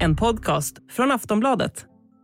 en podcast från Aftonbladet.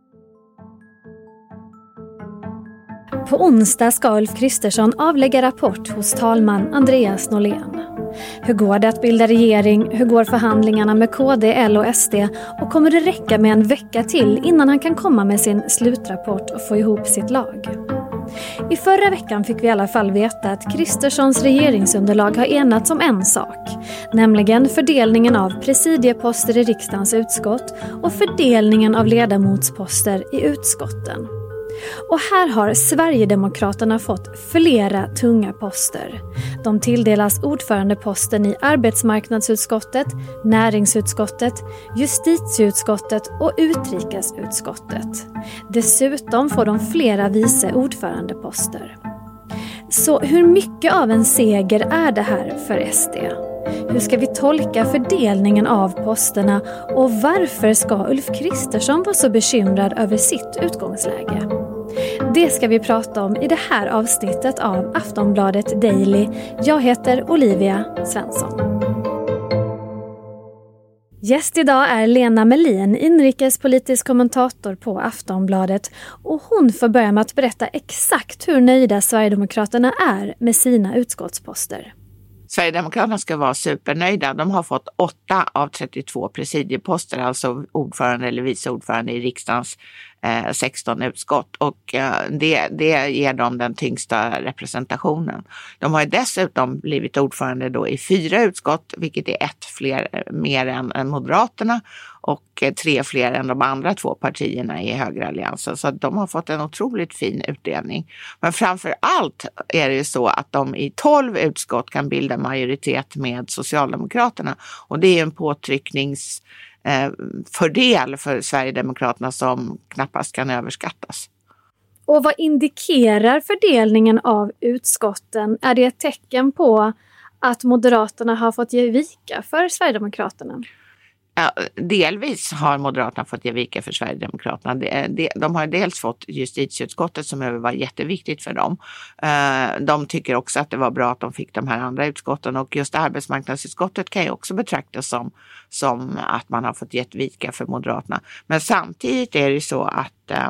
På onsdag ska Ulf Kristersson avlägga rapport hos talman Andreas Norlén. Hur går det att bilda regering? Hur går förhandlingarna med KD, L och SD? Och kommer det räcka med en vecka till innan han kan komma med sin slutrapport och få ihop sitt lag? I förra veckan fick vi i alla fall veta att Kristerssons regeringsunderlag har enats om en sak, nämligen fördelningen av presidieposter i riksdagens utskott och fördelningen av ledamotsposter i utskotten. Och här har Sverigedemokraterna fått flera tunga poster. De tilldelas ordförandeposten i arbetsmarknadsutskottet, näringsutskottet, justitieutskottet och utrikesutskottet. Dessutom får de flera vice ordförandeposter. Så hur mycket av en seger är det här för SD? Hur ska vi tolka fördelningen av posterna och varför ska Ulf Kristersson vara så bekymrad över sitt utgångsläge? Det ska vi prata om i det här avsnittet av Aftonbladet Daily. Jag heter Olivia Svensson. Gäst idag är Lena Melin, inrikespolitisk kommentator på Aftonbladet. Och hon får börja med att berätta exakt hur nöjda Sverigedemokraterna är med sina utskottsposter. Sverigedemokraterna ska vara supernöjda. De har fått 8 av 32 presidieposter, alltså ordförande eller vice ordförande i riksdagens 16 utskott. Och det ger dem den tyngsta representationen. De har dessutom blivit ordförande då i 4 utskott, vilket är mer än Moderaterna och 3 fler än de andra 2 partierna i högeralliansen. Så de har fått en otroligt fin utdelning. Men framför allt är det ju så att de i 12 utskott kan bilda majoritet med Socialdemokraterna. Och det är en påtryckningsfördel för Sverigedemokraterna som knappast kan överskattas. Och vad indikerar fördelningen av utskotten? Är det ett tecken på att Moderaterna har fått ge vika för Sverigedemokraterna? Ja, delvis har Moderaterna fått ge vika för Sverigedemokraterna. De har dels fått justitieutskottet som var jätteviktigt för dem. De tycker också att det var bra att de fick de här andra utskotten, och just arbetsmarknadsutskottet kan ju också betraktas som att man har fått ge vika för Moderaterna. Men samtidigt är det så att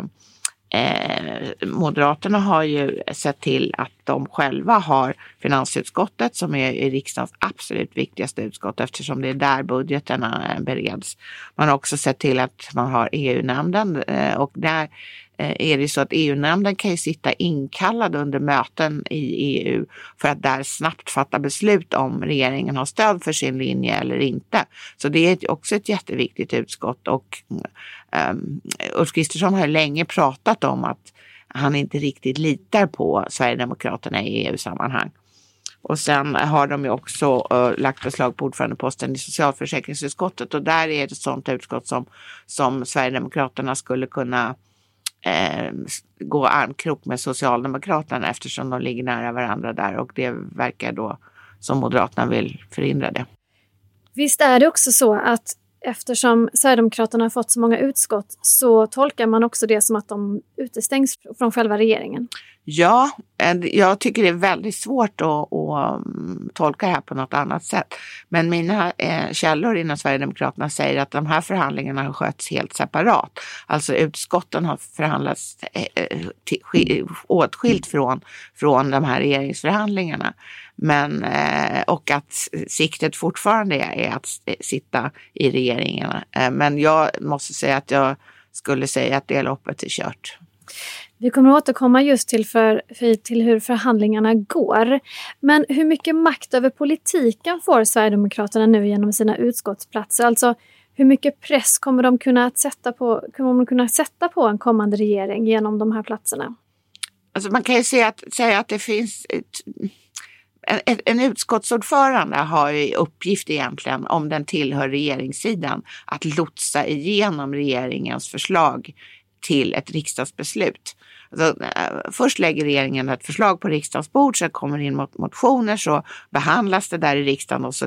Moderaterna har ju sett till att de själva har finansutskottet som är i riksdagens absolut viktigaste utskott, eftersom det är där budgeterna bereds. Man har också sett till att man har EU-nämnden, och där är det så att EU-nämnden kan ju sitta inkallad under möten i EU för att där snabbt fatta beslut om regeringen har stöd för sin linje eller inte. Så det är också ett jätteviktigt utskott, och Ulf Kristersson har länge pratat om att han inte riktigt litar på Sverigedemokraterna i EU-sammanhang. Och sen har de ju också lagt förslag på ordförandeposten i socialförsäkringsutskottet, och där är det ett sådant utskott som Sverigedemokraterna skulle kunna gå armkrok med Socialdemokraterna, eftersom de ligger nära varandra där, och det verkar då som Moderaterna vill förhindra det. Visst är det också så att eftersom Sverigedemokraterna har fått så många utskott så tolkar man också det som att de utestängs från själva regeringen? Ja, jag tycker det är väldigt svårt att tolka det här på något annat sätt. Men mina källor inom Sverigedemokraterna säger att de här förhandlingarna har skötts helt separat. Alltså utskotten har förhandlats åtskilt från de här regeringsförhandlingarna. Men, och att siktet fortfarande är att sitta i regeringarna. Men jag måste säga att jag skulle säga att det loppet är kört. Vi kommer att återkomma just till hur förhandlingarna går. Men hur mycket makt över politiken får Sverigedemokraterna nu genom sina utskottsplatser? Alltså hur mycket press kommer de kunna sätta på en kommande regering genom de här platserna? Alltså man kan ju säga att det finns en utskottsordförande har ju uppgift egentligen, om den tillhör regeringssidan, att lotsa igenom regeringens förslag till ett riksdagsbeslut. Alltså, först lägger regeringen ett förslag på riksdagens bord, så kommer in motioner, så behandlas det där i riksdagen och så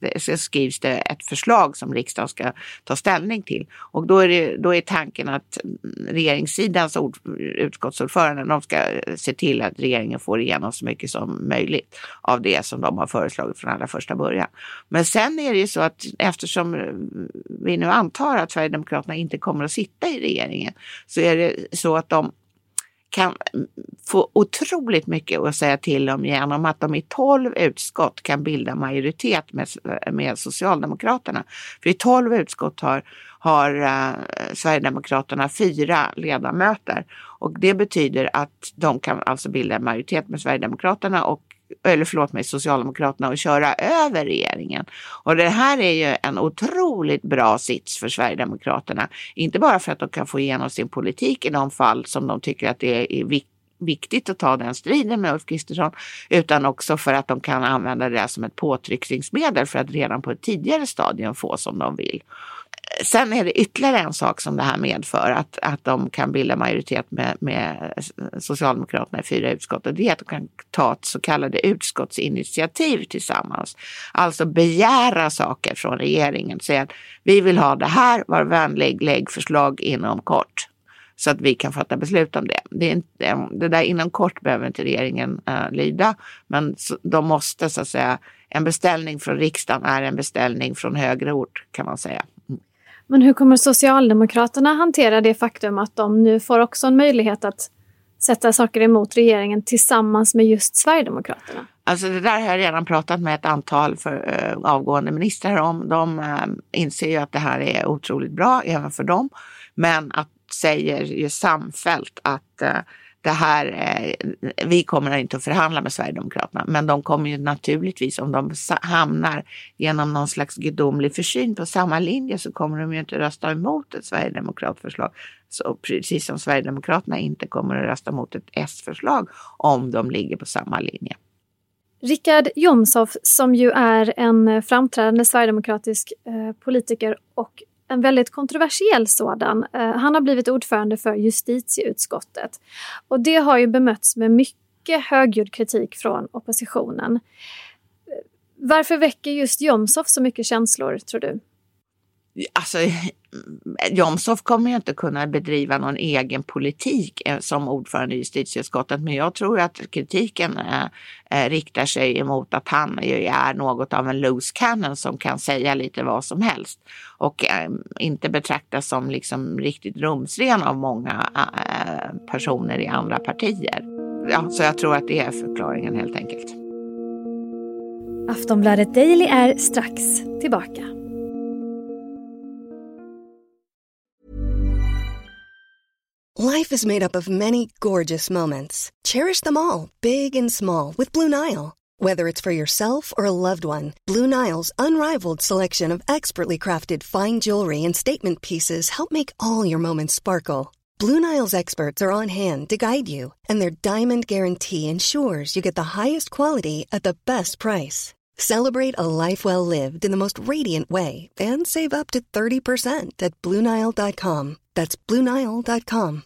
skrivs det ett förslag som riksdagen ska ta ställning till. Och då är tanken att regeringssidans utskottsordförande, de ska se till att regeringen får igenom så mycket som möjligt av det som de har föreslagit från allra första början. Men sen är det ju så att eftersom vi nu antar att Sverigedemokraterna inte kommer att sitta i regeringen, så är det så att de kan få otroligt mycket att säga till om genom att de i 12 utskott kan bilda majoritet med Socialdemokraterna. För i 12 utskott har Sverigedemokraterna 4 ledamöter, och det betyder att de kan alltså bilda majoritet med Sverigedemokraterna Socialdemokraterna och köra över regeringen. Och det här är ju en otroligt bra sits för Sverigedemokraterna. Inte bara för att de kan få igenom sin politik i de fall som de tycker att det är viktigt att ta den striden med Ulf Kristersson, utan också för att de kan använda det som ett påtryckningsmedel för att redan på ett tidigare stadium få som de vill. Sen är det ytterligare en sak som det här medför, att de kan bilda majoritet med Socialdemokraterna i 4 utskott, och det är att de kan ta ett så kallade utskottsinitiativ tillsammans. Alltså begära saker från regeringen, säga att vi vill ha det här, var vänlig, lägg förslag inom kort så att vi kan fatta beslut om det. Det där inom kort behöver inte regeringen lyda, men de måste så att säga, en beställning från riksdagen är en beställning från högre ort, kan man säga. Men hur kommer Socialdemokraterna hantera det faktum att de nu får också en möjlighet att sätta saker emot regeringen tillsammans med just Sverigedemokraterna? Alltså det där har jag redan pratat med ett antal avgående ministrar om. De inser ju att det här är otroligt bra även för dem, men att säger ju samfällt att det här, vi kommer inte att förhandla med Sverigedemokraterna, men de kommer ju naturligtvis, om de hamnar genom någon slags gudomlig försyn på samma linje, så kommer de ju inte rösta emot ett Sverigedemokratförslag. Så precis som Sverigedemokraterna inte kommer att rösta mot ett S-förslag om de ligger på samma linje. Richard Jomshof, som ju är en framträdande sverigedemokratisk politiker och en väldigt kontroversiell sådan. Han har blivit ordförande för justitieutskottet. Och det har ju bemötts med mycket högljudd kritik från oppositionen. Varför väcker just Jomshof så mycket känslor, tror du? Alltså, Jomshof kommer ju inte kunna bedriva någon egen politik som ordförande i justitieutskottet, men jag tror att kritiken riktar sig emot att han är något av en loose cannon som kan säga lite vad som helst och inte betraktas som liksom riktigt rumsren av många personer i andra partier. Ja, så jag tror att det är förklaringen helt enkelt. Aftonbladet Daily är strax tillbaka. Life is made up of many gorgeous moments. Cherish them all, big and small, with Blue Nile. Whether it's for yourself or a loved one, Blue Nile's unrivaled selection of expertly crafted fine jewelry and statement pieces help make all your moments sparkle. Blue Nile's experts are on hand to guide you, and their diamond guarantee ensures you get the highest quality at the best price. Celebrate a life well lived in the most radiant way and save up to 30% at BlueNile.com. That's BlueNile.com.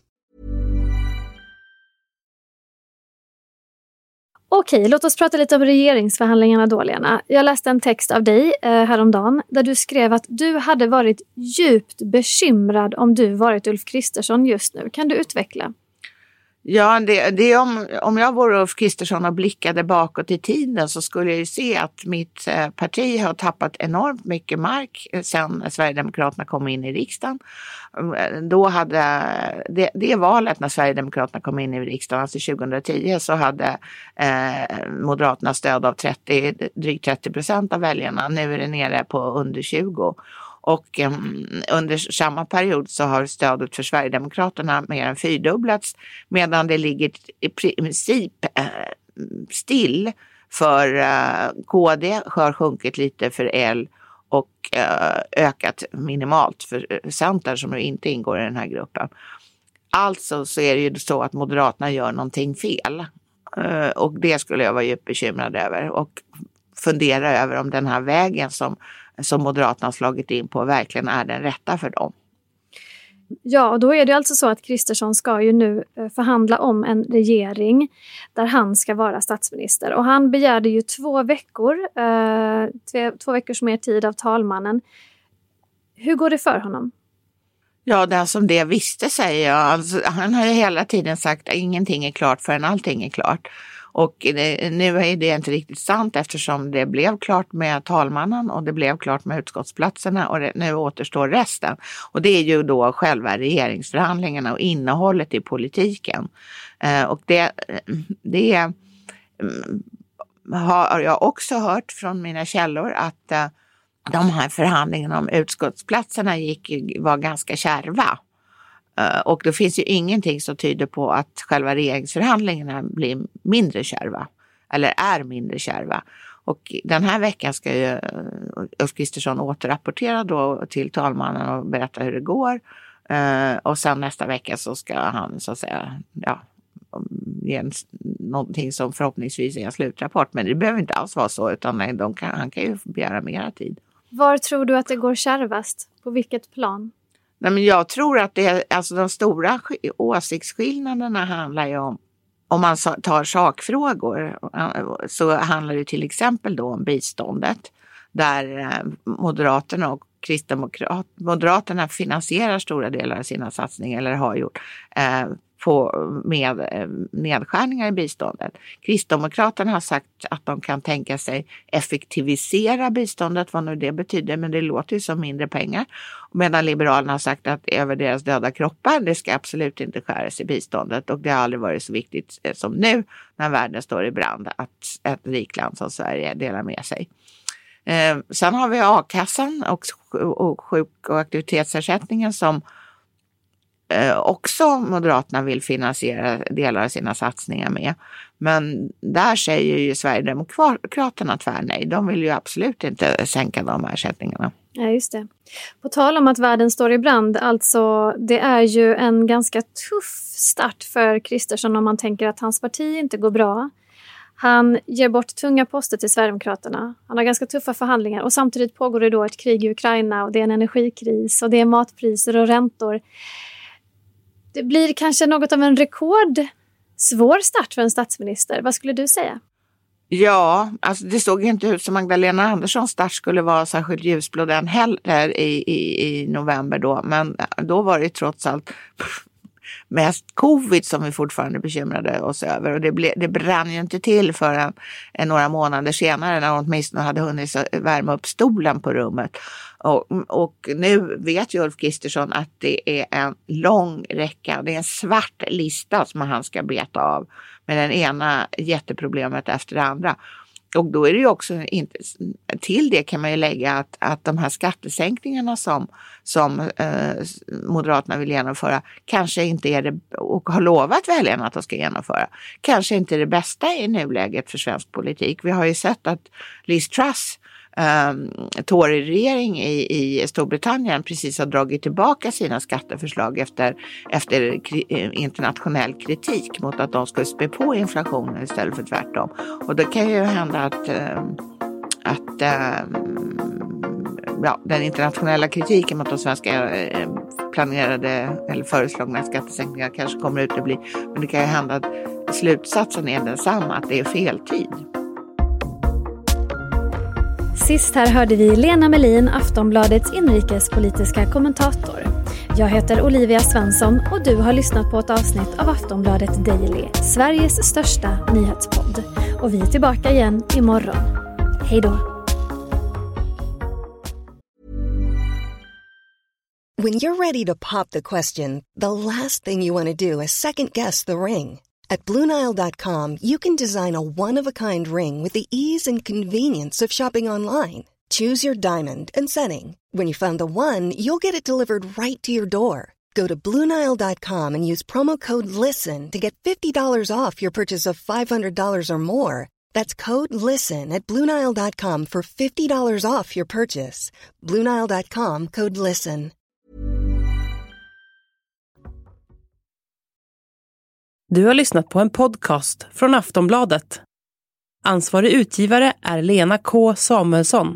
Okej, låt oss prata lite om regeringsförhandlingarna då, Lena. Jag läste en text av dig häromdagen där du skrev att du hade varit djupt bekymrad om du varit Ulf Kristersson just nu. Kan du utveckla? Ja, det om jag vore Ulf Kristersson och blickade bakåt i tiden så skulle jag ju se att mitt parti har tappat enormt mycket mark sedan Sverigedemokraterna kom in i riksdagen. Då hade det valet när Sverigedemokraterna kom in i riksdagen, alltså 2010, så hade Moderaterna stöd av drygt 30% av väljarna. Nu är det nere på under 20%. Och under samma period så har stödet för Sverigedemokraterna mer än 4-dubblats, medan det ligger i princip still för KD, har sjunkit lite för L och ökat minimalt för Centern som nu inte ingår i den här gruppen. Alltså så är det ju så att Moderaterna gör någonting fel, och det skulle jag vara djupt bekymrad över och fundera över om den här vägen som Moderaterna har slagit in på verkligen är den rätta för dem. Ja, och då är det alltså så att Kristersson ska ju nu förhandla om en regering där han ska vara statsminister. Och han begärde ju 2 veckors mer tid av talmannen. Hur går det för honom? Ja, den som det visste säger jag. Alltså, han har ju hela tiden sagt att ingenting är klart förrän allting är klart. Och nu är det inte riktigt sant eftersom det blev klart med talmannen och det blev klart med utskottsplatserna och nu återstår resten. Och det är ju då själva regeringsförhandlingarna och innehållet i politiken. Och det har jag också hört från mina källor att de här förhandlingarna om utskottsplatserna var ganska kärva. Och det finns ju ingenting som tyder på att själva regeringsförhandlingarna blir mindre kärva. Eller är mindre kärva. Och den här veckan ska ju Ulf Kristersson återrapportera då till talmannen och berätta hur det går. Och sen nästa vecka så ska han så att säga ge någonting som förhoppningsvis är en slutrapport. Men det behöver inte alls vara så utan han kan ju begära mera tid. Var tror du att det går kärvast? På vilket plan? Nej, men jag tror att de stora åsiktsskillnaderna handlar ju om man tar sakfrågor så handlar det till exempel då om biståndet där Moderaterna och Moderaterna finansierar stora delar av sina satsningar eller har gjort med nedskärningar i biståndet. Kristdemokraterna har sagt att de kan tänka sig effektivisera biståndet, vad nu det betyder, men det låter ju som mindre pengar. Medan Liberalerna har sagt att över deras döda kroppar, det ska absolut inte skäras i biståndet och det har aldrig varit så viktigt som nu när världen står i brand att ett rikt land som Sverige delar med sig. Sen har vi a-kassan och sjuk- och aktivitetsersättningen som också Moderaterna vill finansiera delar av sina satsningar med. Men där säger ju Sverigedemokraterna tvärnej. De vill ju absolut inte sänka de ersättningarna. Ja, just det. På tal om att världen står i brand, alltså det är ju en ganska tuff start för Kristersson om man tänker att hans parti inte går bra. Han ger bort tunga poster till Sverigedemokraterna. Han har ganska tuffa förhandlingar och samtidigt pågår det då ett krig i Ukraina och det är en energikris och det är matpriser och räntor. Det blir kanske något av en rekordsvår start för en statsminister. Vad skulle du säga? Ja, alltså det såg inte ut som Magdalena Anderssons start skulle vara särskilt ljusblå den heller i november då. Men då var det trots allt mest covid som vi fortfarande bekymrade oss över. Och det brann ju inte till förrän några månader senare när hon åtminstone hade hunnit värma upp stolen på rummet. Och nu vet ju Ulf Kristersson att det är en lång räcka, det är en svart lista som han ska beta av med den ena jätteproblemet efter det andra. Och då är det ju också inte, till det kan man ju lägga att de här skattesänkningarna som Moderaterna vill genomföra kanske inte är det, och har lovat väljarna att de ska genomföra, kanske inte är det bästa i nuläget för svensk politik. Vi har ju sett att Liz Truss, Tory-regering i Storbritannien precis har dragit tillbaka sina skatteförslag efter internationell kritik mot att de skulle spä på inflationen istället för tvärtom. Och det kan ju hända att den internationella kritiken mot de svenska planerade eller föreslagna skattesänkningar kanske kommer ut att bli, men det kan ju hända att slutsatsen är densamma, att det är fel tid. Sist här hörde vi Lena Melin, Aftonbladets inrikespolitiska kommentator. Jag heter Olivia Svensson och du har lyssnat på ett avsnitt av Aftonbladet Daily, Sveriges största nyhetspodd. Och vi är tillbaka igen imorgon. Hej då! When you're ready to pop the question, the last thing you want to do is second-guess the ring. At BlueNile.com, you can design a one-of-a-kind ring with the ease and convenience of shopping online. Choose your diamond and setting. When you find the one, you'll get it delivered right to your door. Go to BlueNile.com and use promo code LISTEN to get $50 off your purchase of $500 or more. That's code LISTEN at BlueNile.com for $50 off your purchase. BlueNile.com, code LISTEN. Du har lyssnat på en podcast från Aftonbladet. Ansvarig utgivare är Lena K. Samuelsson.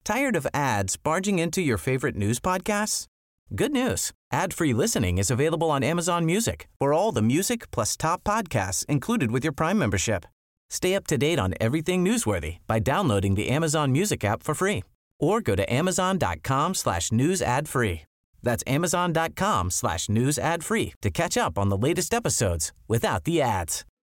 Tired of ads barging into your favorite news podcasts? Good news. Ad-free listening is available on Amazon Music for all the music plus top podcasts included with your Prime membership. Stay up to date on everything newsworthy by downloading the Amazon Music app for free or go to amazon.com/news ad free. That's amazon.com/news ad free to catch up on the latest episodes without the ads.